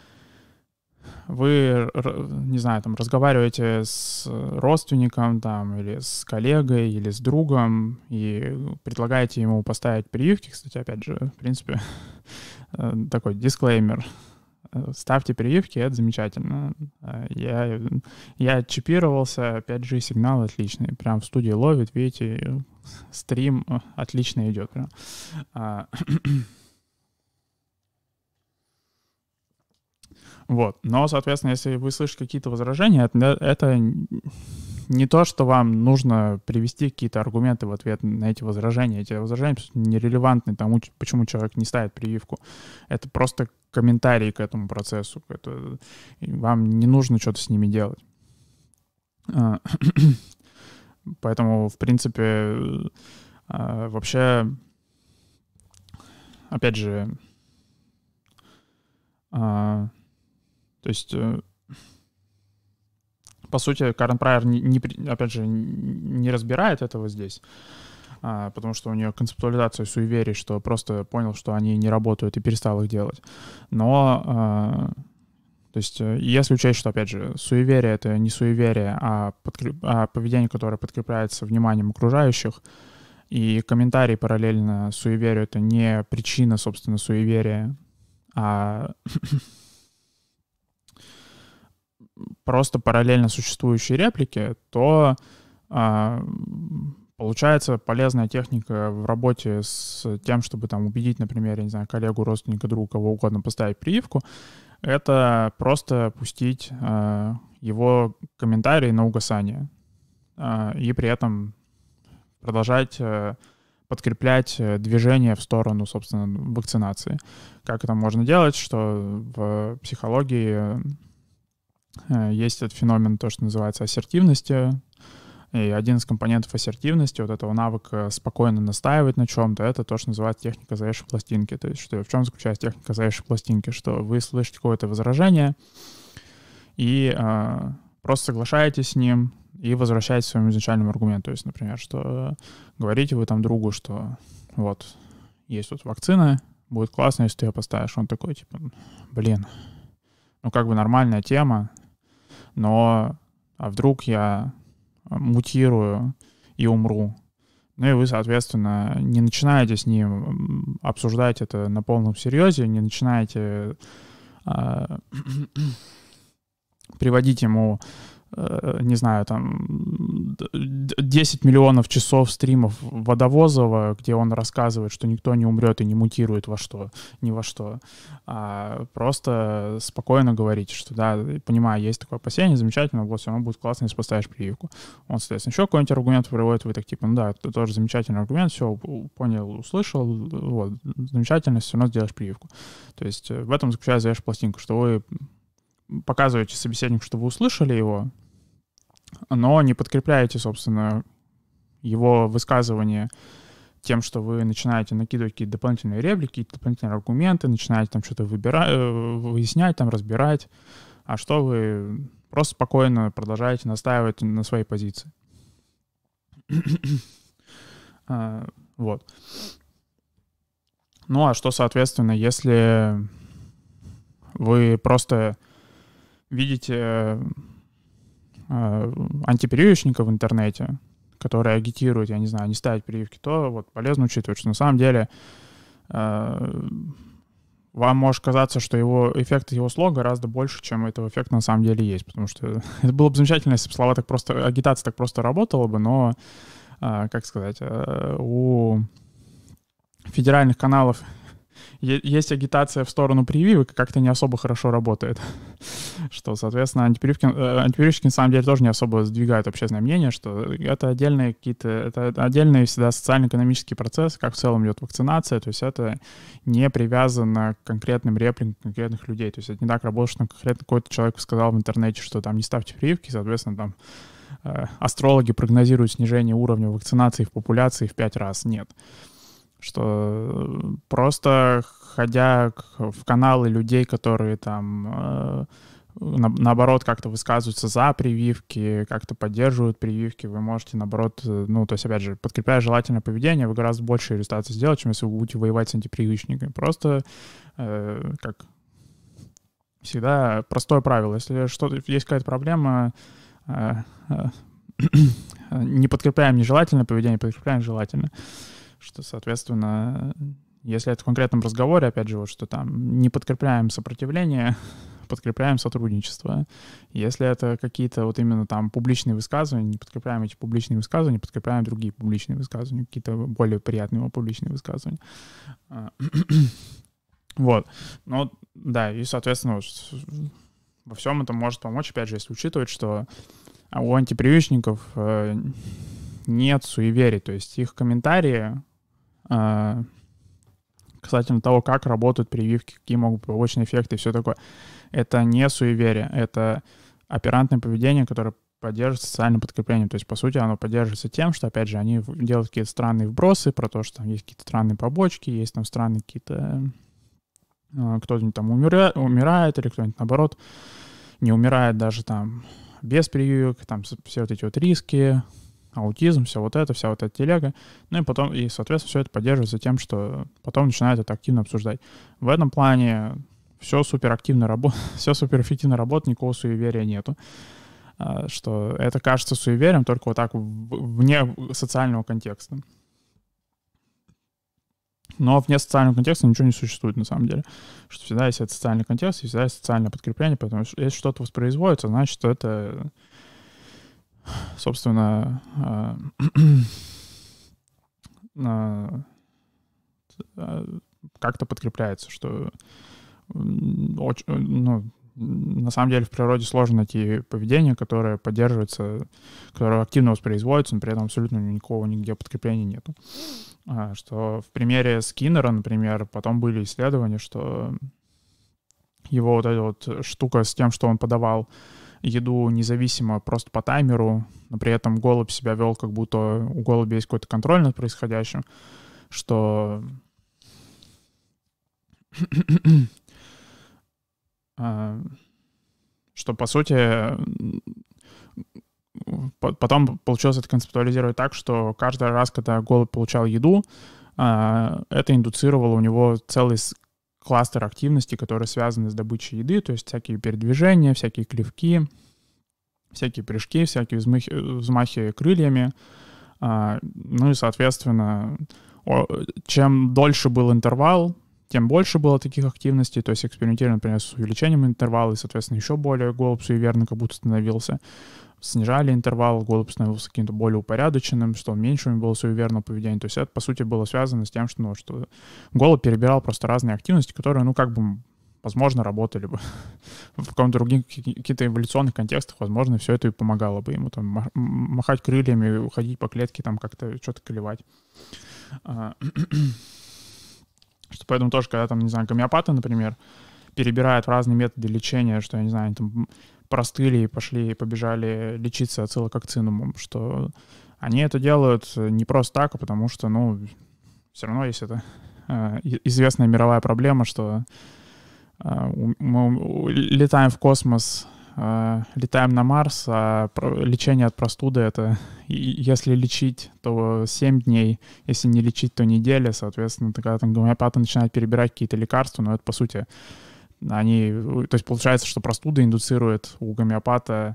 вы, не знаю, там, разговариваете с родственником там, или с коллегой, или с другом, и предлагаете ему поставить прививки, кстати, опять же, в принципе, такой дисклеймер. Ставьте прививки, это замечательно. Я чипировался, 5G сигнал отличный. Прям в студии ловит, видите, стрим отлично идет. Прям. Вот. Но, соответственно, если вы слышите какие-то возражения, это не то, что вам нужно привести какие-то аргументы в ответ на эти возражения. Эти возражения нерелевантны тому, почему человек не ставит прививку. Это просто комментарии к этому процессу. Вам не нужно что-то с ними делать. Поэтому, в принципе, вообще, опять же, то есть, по сути, Карен Прайер, опять же, не разбирает этого здесь, потому что у нее концептуализация суеверий, что просто понял, что они не работают, и перестал их делать. Но, то есть, если учесть, что, опять же, суеверие — это не суеверие, а поведение, которое подкрепляется вниманием окружающих, и комментарий параллельно суеверию — это не причина, собственно, суеверия, а просто параллельно существующие реплики, то получается полезная техника в работе с тем, чтобы там убедить, например, я не знаю, коллегу, родственника, друга, кого угодно поставить прививку, это просто пустить его комментарий на угасание и при этом продолжать подкреплять движение в сторону, собственно, вакцинации. Как это можно делать? Что в психологии есть этот феномен, то, что называется ассертивностью. И один из компонентов ассертивности, вот этого навыка спокойно настаивать на чем-то, это то, что называется техника заезжей пластинки. То есть что, в чем заключается техника заезжей пластинки? Что вы слышите какое-то возражение и просто соглашаетесь с ним и возвращаетесь к своему изначальному аргументу. То есть, например, что говорите вы там другу, что вот есть тут вакцина, будет классно, если ты ее поставишь. Он такой, типа, блин, ну как бы нормальная тема, но а вдруг я мутирую и умру. Ну и вы, соответственно, не начинаете с ним обсуждать это на полном серьезе, не начинаете приводить ему, не знаю, там 10 миллионов часов стримов Водовозова, где он рассказывает, что никто не умрет и не мутирует ни во что, а просто спокойно говорить, что да, понимаю, есть такое опасение, замечательно, вот все равно будет классно, если поставишь прививку. Он, соответственно, еще какой-нибудь аргумент приводит, вы так типа, ну да, это тоже замечательный аргумент, все, понял, услышал, вот, замечательно, все равно сделаешь прививку. То есть в этом заключается ваша пластинка, что вы показываете собеседнику, что вы услышали его, но не подкрепляете, собственно, его высказывание тем, что вы начинаете накидывать какие-то дополнительные реплики, какие-то дополнительные аргументы, начинаете там что-то выяснять, там разбирать, а что вы просто спокойно продолжаете настаивать на своей позиции. Вот. Ну, а что, соответственно, если вы просто видите антипрививочника в интернете, которые агитируют, я не знаю, не ставить прививки, то вот полезно учитывать, что на самом деле вам может казаться, что эффект его слов гораздо больше, чем этого эффекта на самом деле есть, потому что это было бы замечательно, если бы слова так просто, агитация так просто работала бы, но, как сказать, у федеральных каналов есть агитация в сторону прививок, как-то не особо хорошо работает. Что, соответственно, антипрививочники на самом деле тоже не особо сдвигают общественное мнение, что это отдельные всегда социально-экономические процессы, как в целом идет вакцинация, то есть это не привязано к конкретным репликам конкретных людей. То есть это не так работает, что конкретно какой-то человек сказал в интернете, что там не ставьте прививки, соответственно, там астрологи прогнозируют снижение уровня вакцинации в популяции в 5 раз. Нет. Что просто ходя в каналы людей, которые там наоборот как-то высказываются за прививки, как-то поддерживают прививки, вы можете наоборот, ну, то есть, опять же, подкрепляя желательное поведение, вы гораздо больше результатов сделаете, чем если вы будете воевать с антипрививочниками. Просто, как всегда, простое правило. Если есть какая-то проблема, не подкрепляем нежелательное поведение, подкрепляем желательно. Что, соответственно, если это в конкретном разговоре, опять же, вот что там не подкрепляем сопротивление, подкрепляем сотрудничество. Если это какие-то вот именно там публичные высказывания, не подкрепляем эти публичные высказывания, подкрепляем другие публичные высказывания, какие-то более приятные публичные высказывания. Вот. Ну, да, и, соответственно, во всем этом может помочь, опять же, если учитывать, что у антипрививочников нет суеверий, то есть их комментарии касательно того, как работают прививки, какие могут быть побочные эффекты и все такое, это не суеверие, это оперантное поведение, которое поддерживается социальным подкреплением. То есть, по сути, оно поддерживается тем, что, опять же, они делают какие-то странные вбросы про то, что там есть какие-то странные побочки, есть там странные какие-то... Кто-нибудь там умирает, или кто-нибудь, наоборот, не умирает даже там без прививок, там все вот эти вот риски, аутизм, вся вот эта телега. Ну и потом, и, соответственно, все это поддерживается тем, что потом начинают это активно обсуждать. В этом плане все суперактивно работает, все суперэффективно работает, никакого суеверия нету. Что это кажется суеверием только вот так вне социального контекста. Но вне социального контекста ничего не существует на самом деле. Что всегда есть этот социальный контекст, и всегда есть социальное подкрепление, поэтому если что-то воспроизводится, значит, что это, собственно, как-то подкрепляется, что ну, на самом деле в природе сложно найти поведение, которое поддерживается, которое активно воспроизводится, но при этом абсолютно никакого нигде подкрепления нету. Что в примере Скиннера, например, потом были исследования, что его вот эта вот штука с тем, что он подавал еду независимо просто по таймеру, но при этом голубь себя вел, как будто у голубя есть какой-то контроль над происходящим, что по сути потом получилось это концептуализировать так, что каждый раз, когда голубь получал еду, это индуцировало у него целый кластер активностей, которые связаны с добычей еды, то есть всякие передвижения, всякие клевки, всякие прыжки, всякие взмахи крыльями. Ну и, соответственно, чем дольше был интервал, тем больше было таких активностей, то есть экспериментировали, например, с увеличением интервала, и, соответственно, еще более голубь суеверный как будто становился. Снижали интервал, голубь становился каким-то более упорядоченным, что меньше у него было суеверного поведения. То есть это, по сути, было связано с тем, что, ну, что голубь перебирал просто разные активности, которые, ну, как бы, возможно, работали бы в каком-то других каких-то эволюционных контекстах, возможно, все это и помогало бы ему там махать крыльями, ходить по клетке, там как-то что-то колевать. Что поэтому тоже, когда там, не знаю, гомеопаты, например, перебирают разные методы лечения, что, я не знаю, они там простыли и побежали лечиться ацилококцинумом, что они это делают не просто так, а потому что, ну, все равно есть это известная мировая проблема, что мы летаем в космос, летаем на Марс, а лечение от простуды — это если лечить, то 7 дней, если не лечить, то неделя, соответственно, когда там гомеопаты начинают перебирать какие-то лекарства, но это, по сути, то есть получается, что простуда индуцирует у гомеопата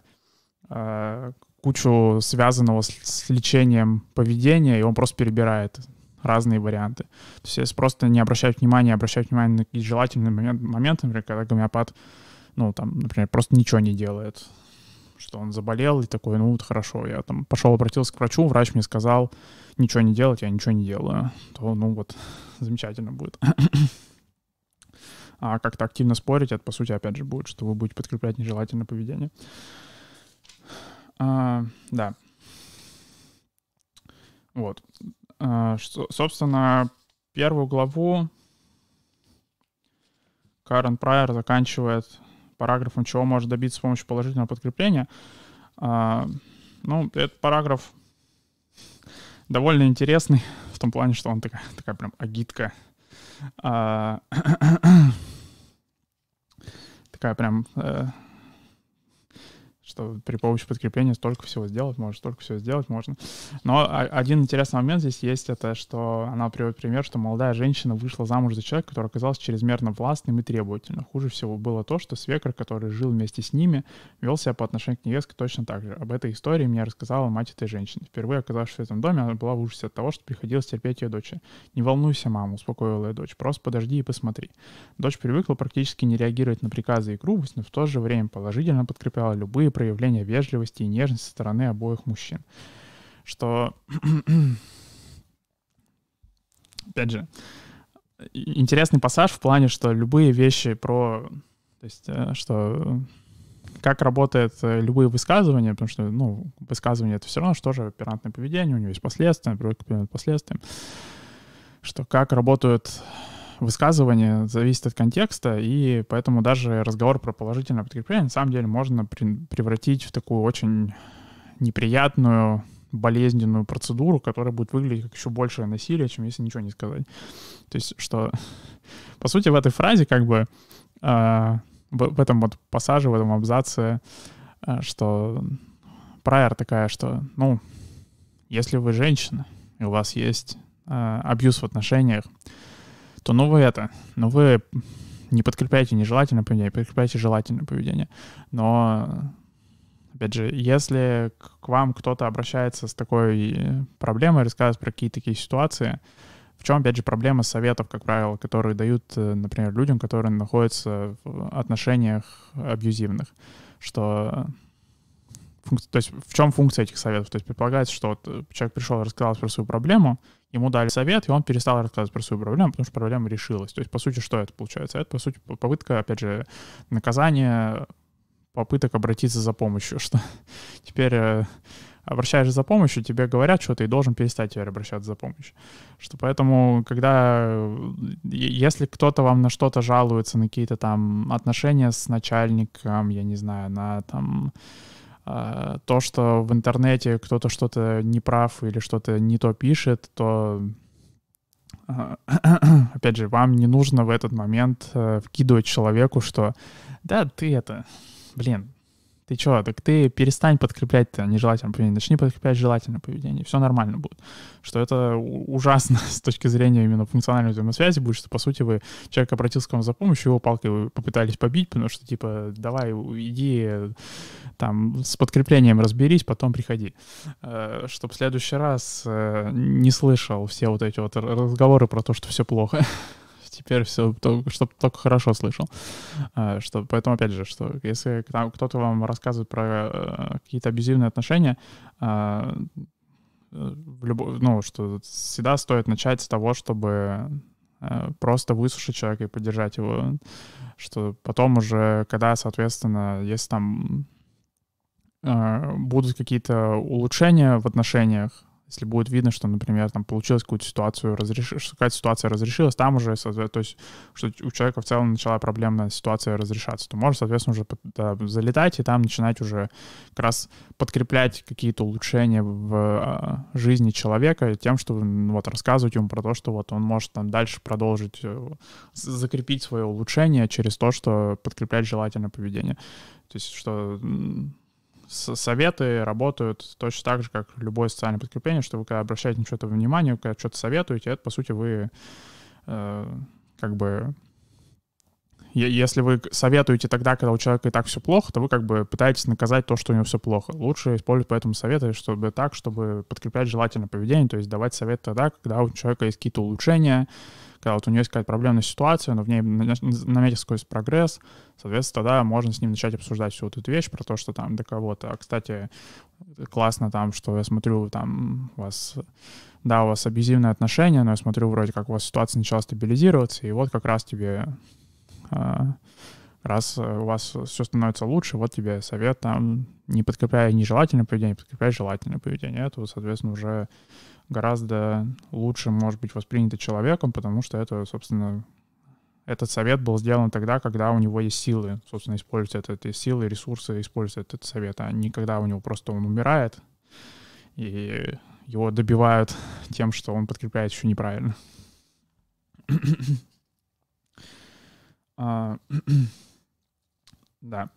кучу связанного с лечением поведения, и он просто перебирает разные варианты. То есть если просто не обращать внимания, обращать внимание на какие-то желательные моменты, например, когда гомеопат, ну, там, например, просто ничего не делает, что он заболел и такой, ну, вот хорошо, я там пошел, обратился к врачу, врач мне сказал ничего не делать, я ничего не делаю, то, ну, вот, замечательно будет. А как-то активно спорить, это, по сути, опять же, будет, что вы будете подкреплять нежелательное поведение. Да. Вот. Собственно, первую главу Карен Прайер заканчивает параграфом, чего может добиться с помощью положительного подкрепления. Ну, этот параграф довольно интересный в том плане, что он такая прям агитка. Такая прям, что при помощи подкрепления столько всего сделать можно. Но один интересный момент здесь есть, это что она приводит пример, что молодая женщина вышла замуж за человека, который оказался чрезмерно властным и требовательным. Хуже всего было то, что свекр, который жил вместе с ними, вел себя по отношению к невестке точно так же. Об этой истории мне рассказала мать этой женщины. Впервые оказавшись в этом доме, она была в ужасе от того, что приходилось терпеть ее дочери. «Не волнуйся, мама», — успокоила ее дочь, — «просто подожди и посмотри». Дочь привыкла практически не реагировать на приказы и грубость, но в то же время положительно подкрепляла любые проявления вежливости и нежности со стороны обоих мужчин. Что, опять же, интересный пассаж в плане, что любые вещи то есть, что как работают любые высказывания, потому что, ну, высказывание — это все равно, что же оперантное поведение, у него есть последствия, приводит к последствиям, что как работают высказывание зависит от контекста, и поэтому даже разговор про положительное подкрепление на самом деле можно превратить в такую очень неприятную, болезненную процедуру, которая будет выглядеть как еще большее насилие, чем если ничего не сказать. То есть, что, по сути, в этой фразе, как бы, в этом вот пассаже, в этом абзаце, что Прайер такая, что, ну, если вы женщина, и у вас есть абьюз в отношениях, то вы не подкрепляете нежелательное поведение, подкрепляете желательное поведение. Но, опять же, если к вам кто-то обращается с такой проблемой, рассказывает про какие-то такие ситуации, в чем, опять же, проблема советов, как правило, которые дают, например, людям, которые находятся в отношениях абьюзивных, что... То есть в чем функция этих советов? То есть предполагается, что вот человек пришел и рассказал про свою проблему, ему дали совет, и он перестал рассказывать про свою проблему, потому что проблема решилась. То есть, по сути, что это получается? Это, по сути, попытка, опять же, наказания, попыток обратиться за помощью, что теперь обращаешься за помощью, тебе говорят, что ты должен перестать теперь обращаться за помощью. Что поэтому, если кто-то вам на что-то жалуется, на какие-то там отношения с начальником, я не знаю, на там... то, что в интернете кто-то что-то не прав или что-то не то пишет, то, опять же, вам не нужно в этот момент вкидывать человеку, что да, ты ты чё, так ты перестань подкреплять нежелательное поведение, начни подкреплять желательное поведение, все нормально будет. Что это ужасно с точки зрения именно функциональной взаимосвязи будет, что, по сути, человек обратился к вам за помощью, его палкой вы попытались побить, потому что, типа, давай, иди там с подкреплением разберись, потом приходи. Чтобы в следующий раз не слышал все вот эти вот разговоры про то, что все плохо. теперь все, чтобы только хорошо слышал. Поэтому, опять же, что если кто-то вам рассказывает про какие-то абьюзивные отношения, что всегда стоит начать с того, чтобы просто выслушать человека и поддержать его, что потом уже, когда, соответственно, если там будут какие-то улучшения в отношениях, если будет видно, что, например, там получилась какую-то ситуацию, какая-то ситуация разрешилась, там уже, то есть, что у человека в целом начала проблемная ситуация разрешаться, то можно, соответственно, уже залетать и там начинать уже как раз подкреплять какие-то улучшения в жизни человека тем, что вот рассказывать ему про то, что вот он может там дальше продолжить, закрепить свое улучшение через то, что подкреплять желательное поведение. То есть, что советы работают точно так же, как любое социальное подкрепление, что вы когда обращаете на что-то внимание, когда что-то советуете, это, по сути, вы как бы... Если вы советуете тогда, когда у человека и так все плохо, то вы как бы пытаетесь наказать то, что у него все плохо. Лучше использовать поэтому советы, чтобы подкреплять желательное поведение, то есть давать совет тогда, когда у человека есть какие-то улучшения, когда вот у него есть какая-то проблемная ситуация, но в ней наметился какой-то прогресс, соответственно, тогда можно с ним начать обсуждать всю вот эту вещь про то, что там до кого-то. А, кстати, классно там, что я смотрю, там у вас абьюзивные отношения, но я смотрю, вроде как у вас ситуация начала стабилизироваться, и вот как раз тебе... раз у вас все становится лучше, вот тебе совет там, не подкрепляя нежелательное поведение, подкрепляя желательное поведение. Это, соответственно, уже гораздо лучше может быть воспринято человеком, потому что это, собственно, этот совет был сделан тогда, когда у него есть силы, собственно, использовать эти силы, ресурсы, использовать этот совет, а не когда у него просто он умирает, и его добивают тем, что он подкрепляет еще неправильно. Да.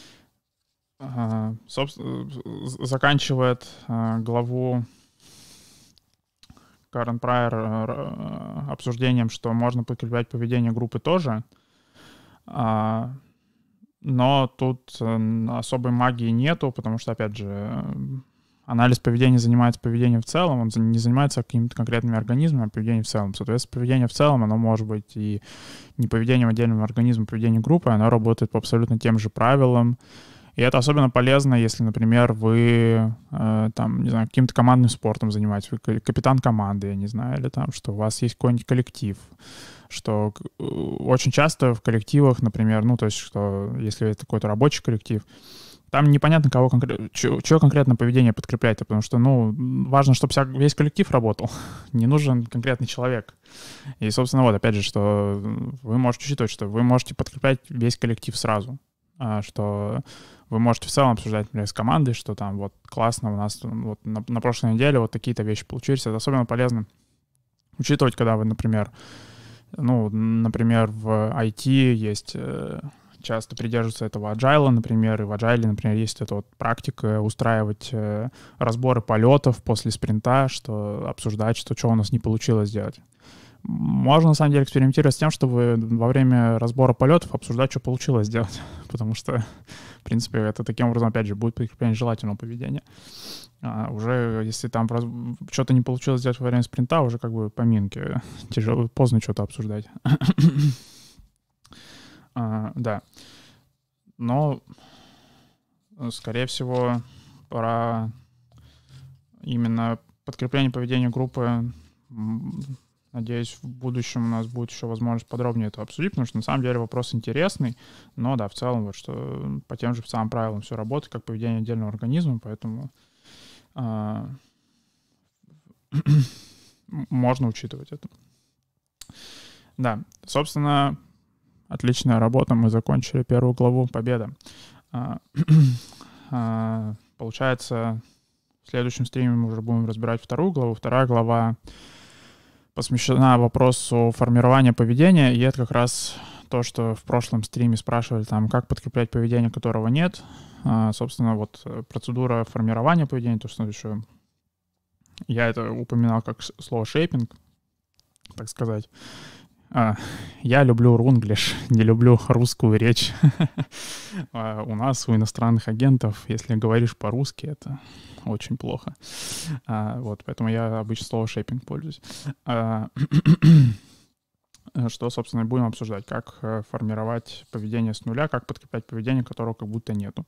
Собственно, заканчивает главу Карен Прайер обсуждением, что можно подкреплять поведение группы тоже, но тут особой магии нету, потому что, опять же, анализ поведения занимается поведением в целом, он не занимается какими-то конкретными организмами, а поведением в целом. Соответственно, поведение в целом, оно может быть и не поведением отдельного организма, а поведением группы, оно работает по абсолютно тем же правилам. И это особенно полезно, если, например, вы там, не знаю, каким-то командным спортом занимаетесь, вы капитан команды, я не знаю, или там, что у вас есть какой-нибудь коллектив, что очень часто в коллективах, например, то есть, что если это какой-то рабочий коллектив, там непонятно, чье конкретно поведение подкреплять, потому что, важно, чтобы весь коллектив работал, не нужен конкретный человек. И, собственно, вот, опять же, что вы можете учитывать, что вы можете подкреплять весь коллектив сразу, что вы можете в целом обсуждать, например, с командой, что там вот классно у нас вот на прошлой неделе вот такие-то вещи получились. Это особенно полезно учитывать, когда вы, например, в IT есть... часто придерживаются этого agile, например, и в agile, например, есть эта вот практика устраивать разборы полетов после спринта, что обсуждать, что у нас не получилось сделать. Можно, на самом деле, экспериментировать с тем, чтобы во время разбора полетов обсуждать, что получилось сделать, потому что, в принципе, это таким образом, опять же, будет подкрепление желательного поведения. Уже если там что-то не получилось сделать во время спринта, уже как бы поминки, тяжело, поздно что-то обсуждать. Да. Но, скорее всего, про именно подкрепление поведения группы, надеюсь, в будущем у нас будет еще возможность подробнее это обсудить, потому что на самом деле вопрос интересный, но да, в целом вот что по тем же самым правилам все работает, как поведение отдельного организма, поэтому можно учитывать это. Да, собственно, отличная работа, мы закончили первую главу, победа. Получается, в следующем стриме мы уже будем разбирать вторую главу. Вторая глава посвящена вопросу формирования поведения, и это как раз то, что в прошлом стриме спрашивали, там, как подкреплять поведение, которого нет. Собственно, вот процедура формирования поведения, то, что еще я это упоминал как слово шейпинг, так сказать. Я люблю рунглиш, не люблю русскую речь. У нас, у иностранных агентов, если говоришь по-русски, это очень плохо. Вот, поэтому я обычно слово шейпинг пользуюсь. что, собственно, и будем обсуждать, как формировать поведение с нуля, как подкреплять поведение, которого как будто нету.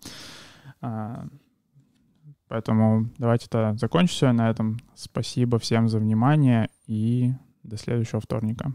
Поэтому давайте закончим на этом. Спасибо всем за внимание и до следующего вторника.